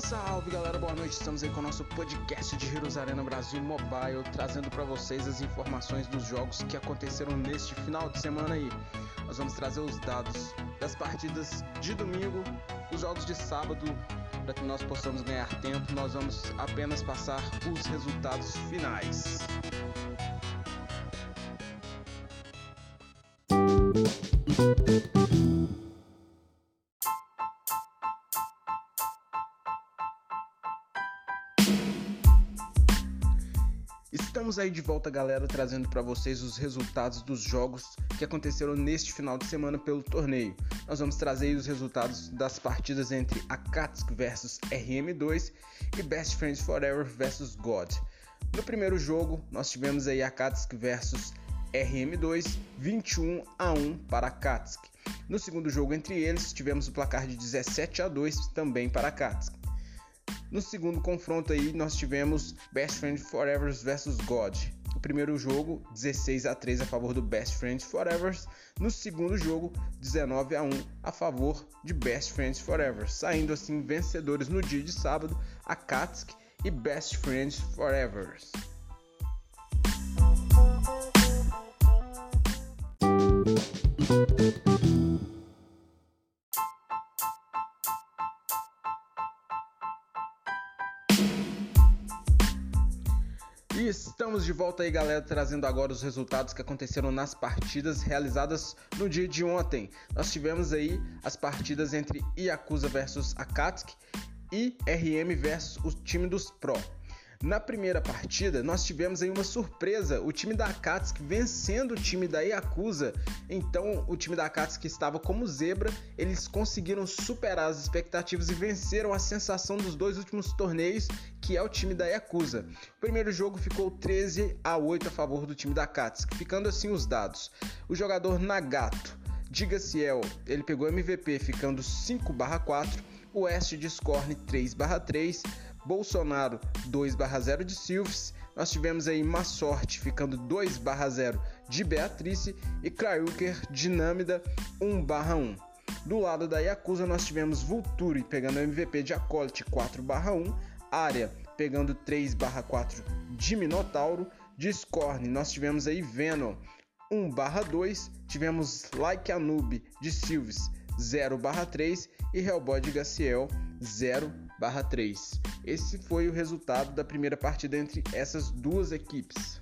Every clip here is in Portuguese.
Salve galera, boa noite, estamos aí com o nosso podcast de Heroes Arena Brasil Mobile, trazendo para vocês as informações dos jogos que aconteceram neste final de semana aí. Nós vamos trazer os dados das partidas de domingo, os jogos de sábado, para que nós possamos ganhar tempo. Nós vamos apenas passar os resultados finais. Estamos aí de volta, galera, trazendo para vocês os resultados dos jogos que aconteceram neste final de semana pelo torneio. Nós vamos trazer os resultados das partidas entre Akatsuki vs RM2 e Best Friends Forever vs God. No primeiro jogo, nós tivemos aí Akatsuki vs RM2, 21-1 para Akatsuki. No segundo jogo entre eles, tivemos o placar de 17-2 também para Akatsuki. No segundo confronto aí, nós tivemos Best Friends Forever vs God. O primeiro jogo, 16-3 a favor do Best Friends Forever. No segundo jogo, 19-1 a favor de Best Friends Forever. Saindo assim vencedores no dia de sábado, Akatsuki e Best Friends Forever. E estamos de volta aí, galera, trazendo agora os resultados que aconteceram nas partidas realizadas no dia de ontem. Nós tivemos aí as partidas entre Yakuza vs Akatsuki e RM vs o time dos Pro. Na primeira partida, nós tivemos aí uma surpresa, o time da Akatsuki vencendo o time da Yakuza. Então, o time da Akatsuki estava como zebra, eles conseguiram superar as expectativas e venceram a sensação dos dois últimos torneios, que é o time da Yakuza. O primeiro jogo ficou 13-8 a favor do time da Akatsuki, ficando assim os dados. O jogador Nagato de Gaciel, ele pegou MVP ficando 5/4, o West de Scorn 3/3, Bolsonaro 2/0 de Silves, nós tivemos aí Massorte ficando 2/0 de Beatrice e Kryuker de Nâmida 1/1. Do lado da Yakuza nós tivemos Vulture pegando MVP de Acólite 4/1, Área pegando 3/4 de Minotauro, de Scorn nós tivemos aí Venom 1/2, tivemos Like a Noob de Silves 0/3 e Hellboy de Gaciel 0/3. Esse foi o resultado da primeira partida entre essas duas equipes.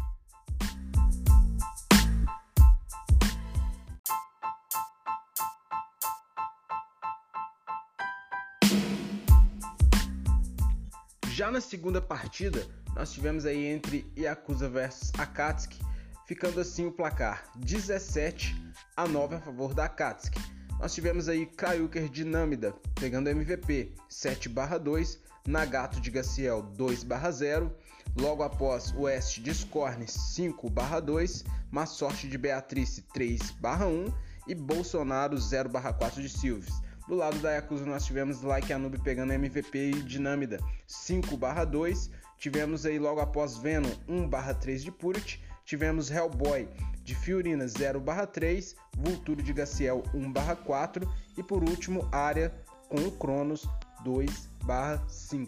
Já na segunda partida, nós tivemos aí entre Yakuza vs Akatsuki, ficando assim o placar 17-9 a favor da Akatsuki. Nós tivemos aí Kryuker de Nâmida pegando MVP 7/2, Nagato de Gaciel 2/0, logo após o West de Scorn 5/2, Massorte de Beatrice 3/1 e Bolsonaro 0/4 de Silves. Do lado da Yakuza nós tivemos Like a Noob pegando MVP de Nâmida 5/2, tivemos aí logo após Venom 1/3 de Purit, tivemos Hellboy de Fiorina 0/3, Vulture de Gaciel 1/4 e por último Área com o Cronos 2/5.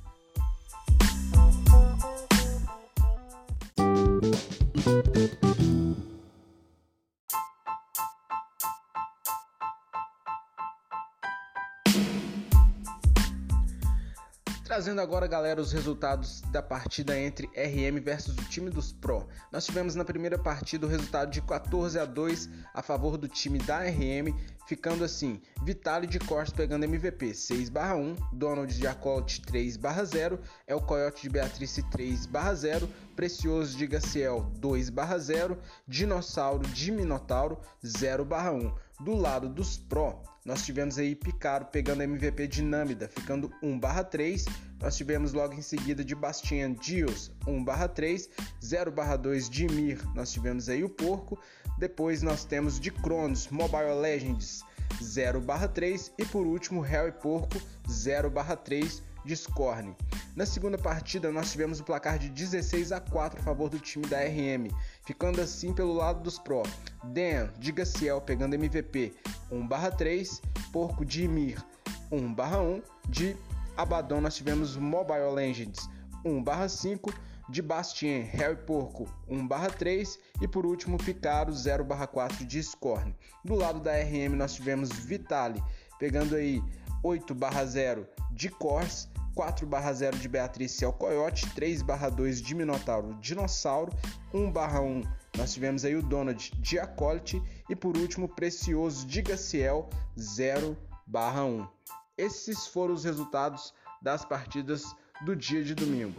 Trazendo agora, galera, os resultados da partida entre RM versus o time dos Pro. Nós tivemos na primeira partida o resultado de 14-2 a favor do time da RM, ficando assim, Vitali de Corsa pegando MVP 6/1, Donald de Acólite 3/0, El Coyote de Beatrice 3/0, Precioso de Gaciel 2/0, Dinossauro de Minotauro 0/1. Do lado dos Pro, nós tivemos aí Picaro pegando MVP de Nâmida, ficando 1/3. Nós tivemos logo em seguida de Bastian Dios 1/3, 0/2 de Mir, nós tivemos aí o Porco. Depois nós temos de Cronos Mobile Legends 0/3 e por último Harry Porco 0/3 de Scorn. Na segunda partida nós tivemos o placar de 16-4 a favor do time da RM, ficando assim pelo lado dos Pro. Dan de Gaciel pegando MVP 1/3, Porco de Mir 1/1, de Abaddon nós tivemos Mobile Legends 1/5, de Bastien, Harry Porco 1/3 e por último Picaro 0/4 de Scorn. Do lado da RM nós tivemos Vitale pegando aí 8/0 de Cors, 4/0 de Beatriz Cell Coyote, 3/2 de Minotauro Dinossauro, 1/1 nós tivemos aí o Donald de Acólite e por último Precioso de Gaciel 0/1. Esses foram os resultados das partidas do dia de domingo.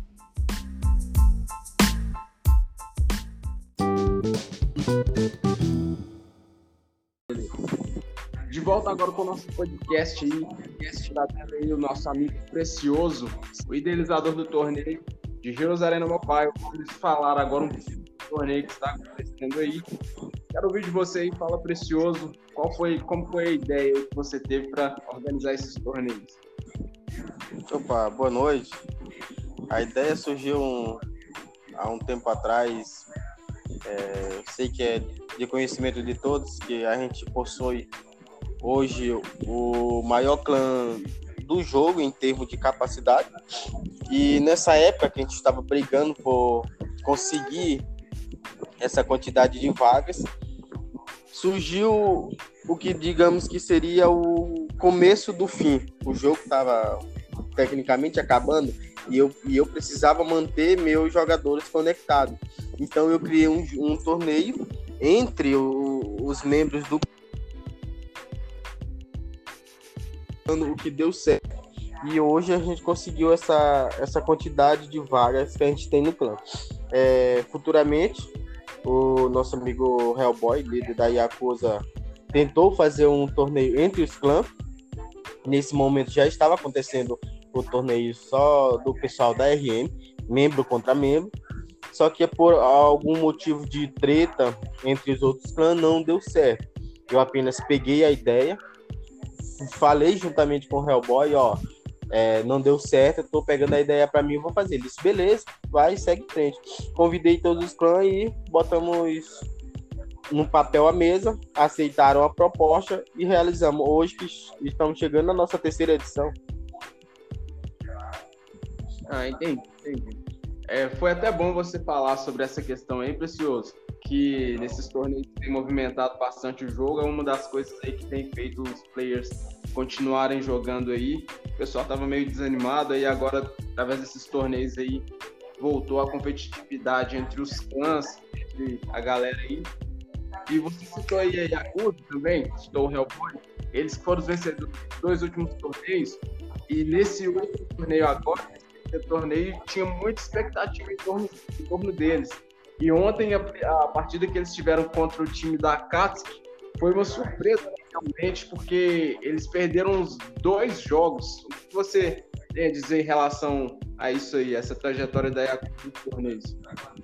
De volta agora com o nosso podcast aí, o nosso amigo Precioso, o idealizador do torneio de Heroes Arena Mobile. Vamos falar agora um pouco do torneio que está acontecendo aí. Quero ouvir de você aí, fala Precioso, como foi a ideia que você teve para organizar esses torneios? Opa, boa noite. A ideia surgiu há um tempo atrás. Sei que é de conhecimento de todos que a gente possui hoje o maior clã do jogo em termos de capacidade, e nessa época que a gente estava brigando por conseguir essa quantidade de vagas, surgiu o que digamos que seria o começo do fim. O jogo estava tecnicamente acabando e eu precisava manter meus jogadores conectados. Então eu criei um torneio entre os membros do o que deu certo. E hoje a gente conseguiu essa quantidade de vagas que a gente tem no clã. Futuramente, o nosso amigo Hellboy, líder da Yakuza, tentou fazer um torneio entre os clãs. Nesse momento já estava acontecendo o torneio só do pessoal da RM, membro contra membro. Só que por algum motivo de treta entre os outros clãs não deu certo. Eu apenas peguei a ideia, falei juntamente com o Hellboy, não deu certo, eu tô pegando a ideia para mim, vou fazer. Ele disse, beleza, vai, segue em frente. Convidei todos os clãs e botamos no papel a mesa, aceitaram a proposta e realizamos. Hoje que estamos chegando na nossa 3ª edição. Entendi. Foi até bom você falar sobre essa questão aí, Precioso, que nesses torneios tem movimentado bastante o jogo, é uma das coisas aí que tem feito os players continuarem jogando aí. O pessoal estava meio desanimado aí, agora, através desses torneios aí, voltou a competitividade entre os clãs, entre a galera aí. E você citou aí a Yakuza também, citou o Hellboy, eles foram os vencedores dos 2 últimos torneios, e nesse último torneio agora, esse torneio tinha muita expectativa em torno deles. E ontem, a partida que eles tiveram contra o time da Akatsuki foi uma surpresa, realmente, porque eles perderam os 2 jogos. O que você tem a dizer em relação a isso aí, essa trajetória da Yakuza nos torneios?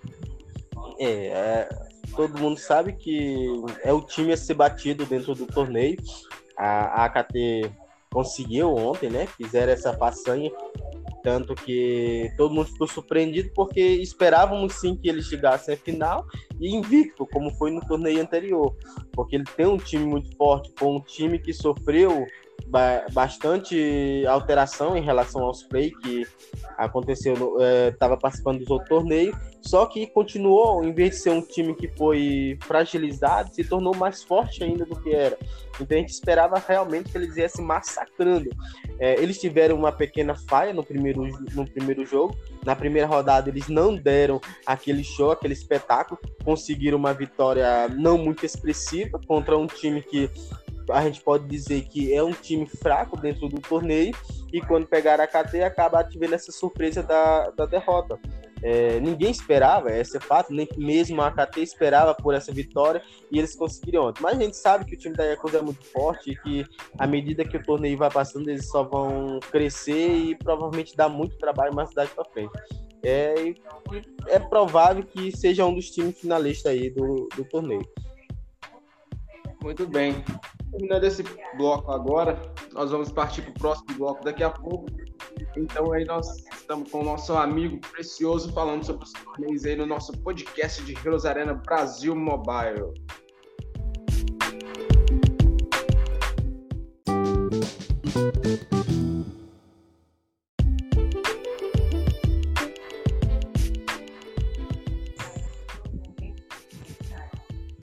Todo mundo sabe que é o time a ser batido dentro do torneio. A AKT conseguiu ontem, né? Fizeram essa façanha. Tanto que todo mundo ficou surpreendido porque esperávamos sim que ele chegasse à final e invicto, como foi no torneio anterior. Porque ele tem um time muito forte, foi um time que sofreu bastante alteração em relação aos play que aconteceu, estava participando dos outros torneios, só que continuou, em vez de ser um time que foi fragilizado, se tornou mais forte ainda do que era. Então a gente esperava realmente que eles viessem massacrando. Eles tiveram uma pequena falha no primeiro jogo. Na primeira rodada eles não deram aquele show, aquele espetáculo, conseguiram uma vitória não muito expressiva contra um time que a gente pode dizer que é um time fraco dentro do torneio, e quando pegaram a KT acaba tivendo essa surpresa da derrota. Ninguém esperava, esse é fato, nem mesmo a KT esperava por essa vitória, e eles conseguiram ontem. Mas a gente sabe que o time da Yakuza é muito forte e que à medida que o torneio vai passando eles só vão crescer e provavelmente dar muito trabalho mais daqui para frente. É provável que seja um dos times finalistas aí do torneio. Muito bem. Terminando esse bloco agora, nós vamos partir para o próximo bloco daqui a pouco. Então aí nós estamos com o nosso amigo Precioso falando sobre os torneios aí no nosso podcast de Heroes Arena Brasil Mobile.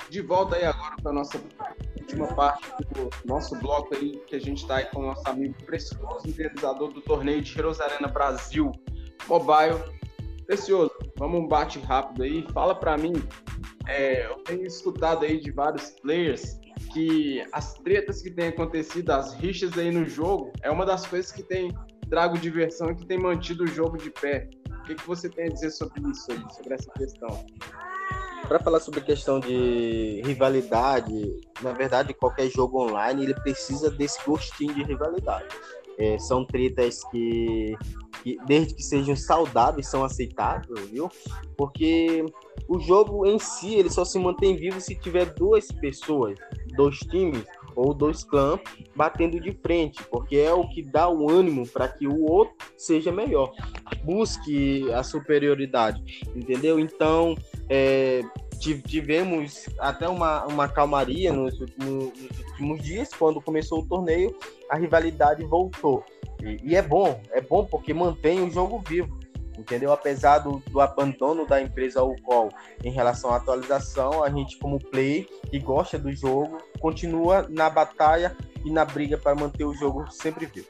De volta aí agora para a nossa última parte do nosso bloco aí, que a gente está aí com o nosso amigo Precioso, idealizador do torneio de Heroes Arena Brasil Mobile. Precioso, vamos um bate rápido aí. Fala para mim, eu tenho escutado aí de vários players que as tretas que têm acontecido, as rixas aí no jogo, é uma das coisas que tem trago diversão e que tem mantido o jogo de pé. O que você tem a dizer sobre isso aí, sobre essa questão? Para falar sobre a questão de rivalidade, na verdade, qualquer jogo online ele precisa desse gostinho de rivalidade. São tretas que, desde que sejam saudáveis, são aceitáveis, viu? Porque o jogo em si ele só se mantém vivo se tiver duas pessoas, dois times ou dois clãs batendo de frente, porque é o que dá o ânimo para que o outro seja melhor, busque a superioridade, entendeu? Então, tivemos até uma calmaria nos últimos dias, quando começou o torneio, a rivalidade voltou, e é bom porque mantém o jogo vivo, entendeu? Apesar do abandono da empresa UCOL em relação à atualização, a gente como play que gosta do jogo, continua na batalha e na briga para manter o jogo sempre vivo.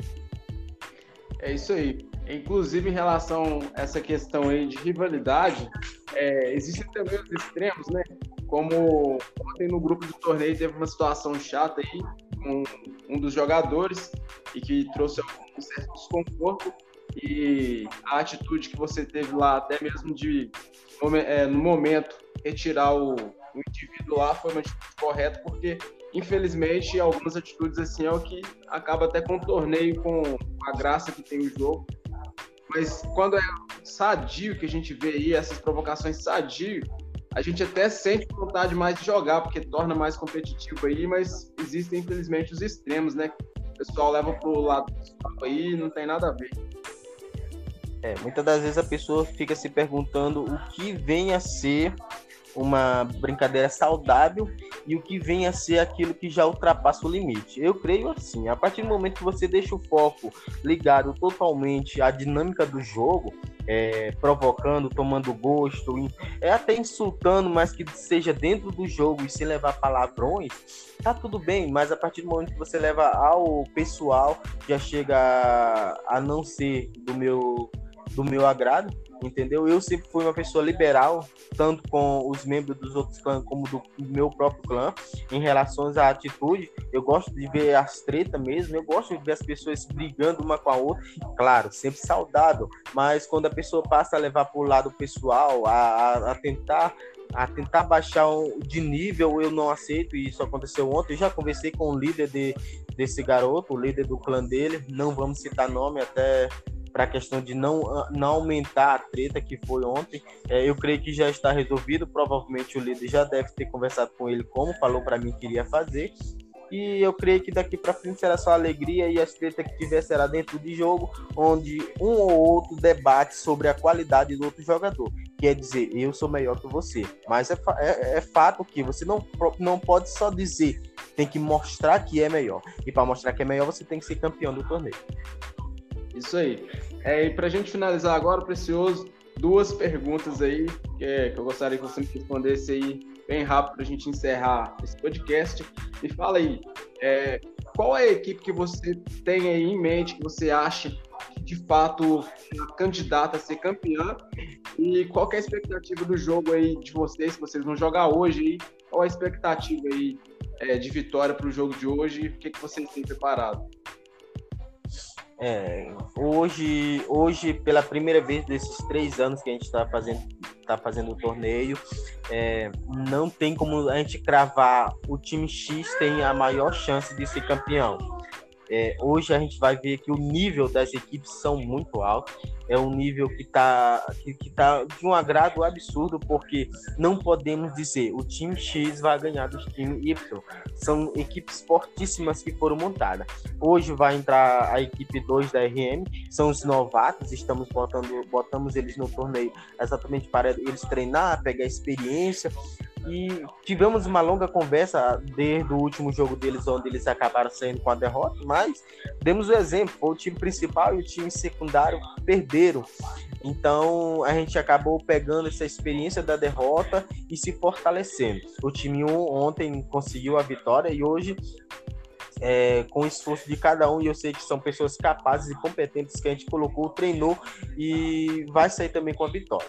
É isso aí. Inclusive, em relação a essa questão aí de rivalidade, existem também os extremos, né? Como ontem no grupo do torneio teve uma situação chata aí com um dos jogadores e que trouxe um certo desconforto, e a atitude que você teve lá, até mesmo de no momento retirar o indivíduo lá, foi uma atitude correta, porque infelizmente algumas atitudes assim é o que acaba até com o torneio, com a graça que tem o jogo. Mas quando é sadio que a gente vê aí, essas provocações sadio, a gente até sente vontade mais de jogar, porque torna mais competitivo aí, mas existem infelizmente os extremos, né? O pessoal leva pro lado do aí, não tem nada a ver. Muitas das vezes a pessoa fica se perguntando o que vem a ser uma brincadeira saudável e o que vem a ser aquilo que já ultrapassa o limite. Eu creio assim, a partir do momento que você deixa o foco ligado totalmente à dinâmica do jogo, provocando, tomando gosto, até insultando, mas que seja dentro do jogo e sem levar palavrões, tá tudo bem, mas a partir do momento que você leva ao pessoal, já chega a não ser do meu agrado, entendeu? Eu sempre fui uma pessoa liberal, tanto com os membros dos outros clãs como do meu próprio clã, em relação à atitude. Eu gosto de ver as tretas mesmo, eu gosto de ver as pessoas brigando uma com a outra, claro, sempre saudável, mas quando a pessoa passa a levar para o lado pessoal, a tentar baixar de nível, eu não aceito, e isso aconteceu ontem. Eu já conversei com o líder desse garoto, o líder do clã dele, não vamos citar nome, até para a questão de não aumentar a treta que foi ontem. Eu creio que já está resolvido, provavelmente o líder já deve ter conversado com ele, como falou para mim que iria fazer, e eu creio que daqui para frente será só alegria, e as tretas que tiver será dentro de jogo, onde um ou outro debate sobre a qualidade do outro jogador. Quer dizer, eu sou melhor que você, mas é fato que você não pode só dizer, tem que mostrar que é melhor, e para mostrar que é melhor você tem que ser campeão do torneio. Isso aí. E pra gente finalizar agora, Precioso, duas perguntas aí que eu gostaria que você me respondesse aí bem rápido pra gente encerrar esse podcast. Me fala aí, qual é a equipe que você tem aí em mente, que você acha que de fato é candidata a ser campeã, e qual que é a expectativa do jogo aí de vocês, que vocês vão jogar hoje aí? Qual a expectativa aí de vitória pro jogo de hoje, e o que vocês têm preparado? Hoje, pela primeira vez desses 3 anos que a gente está fazendo o torneio, não tem como a gente cravar o time X tem a maior chance de ser campeão. Hoje a gente vai ver que o nível das equipes são muito alto, é um nível que tá de um agrado absurdo, porque não podemos dizer o time X vai ganhar do time Y, são equipes fortíssimas que foram montadas. Hoje vai entrar a equipe 2 da RM, são os novatos, botamos eles no torneio exatamente para eles treinar, pegar experiência, E tivemos uma longa conversa desde o último jogo deles, onde eles acabaram saindo com a derrota, mas demos o exemplo, o time principal e o time secundário perderam. Então a gente acabou pegando essa experiência da derrota e se fortalecendo. O time ontem conseguiu a vitória e hoje, com o esforço de cada um, e eu sei que são pessoas capazes e competentes que a gente colocou, treinou e vai sair também com a vitória.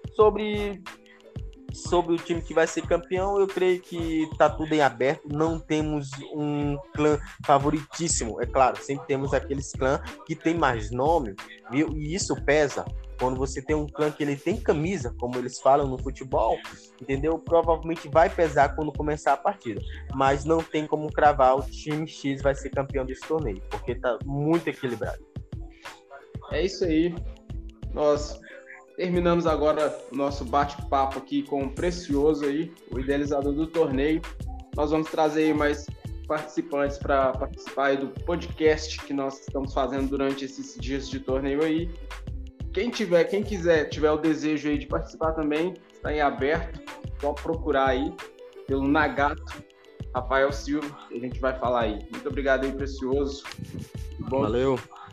Sobre o time que vai ser campeão, eu creio que está tudo em aberto, não temos um clã favoritíssimo, é claro, sempre temos aqueles clãs que tem mais nome, viu? E isso pesa. Quando você tem um clã que ele tem camisa, como eles falam no futebol, entendeu? Provavelmente vai pesar quando começar a partida, mas não tem como cravar o time X vai ser campeão desse torneio, porque está muito equilibrado. É isso aí. Nós terminamos agora o nosso bate-papo aqui com o Precioso aí, o idealizador do torneio. Nós vamos trazer aí mais participantes para participar aí do podcast que nós estamos fazendo durante esses dias de torneio aí. Quem quiser, tiver o desejo aí de participar também, está em aberto, só procurar aí pelo Nagato Rafael Silva, que a gente vai falar aí. Muito obrigado aí, Precioso. Valeu.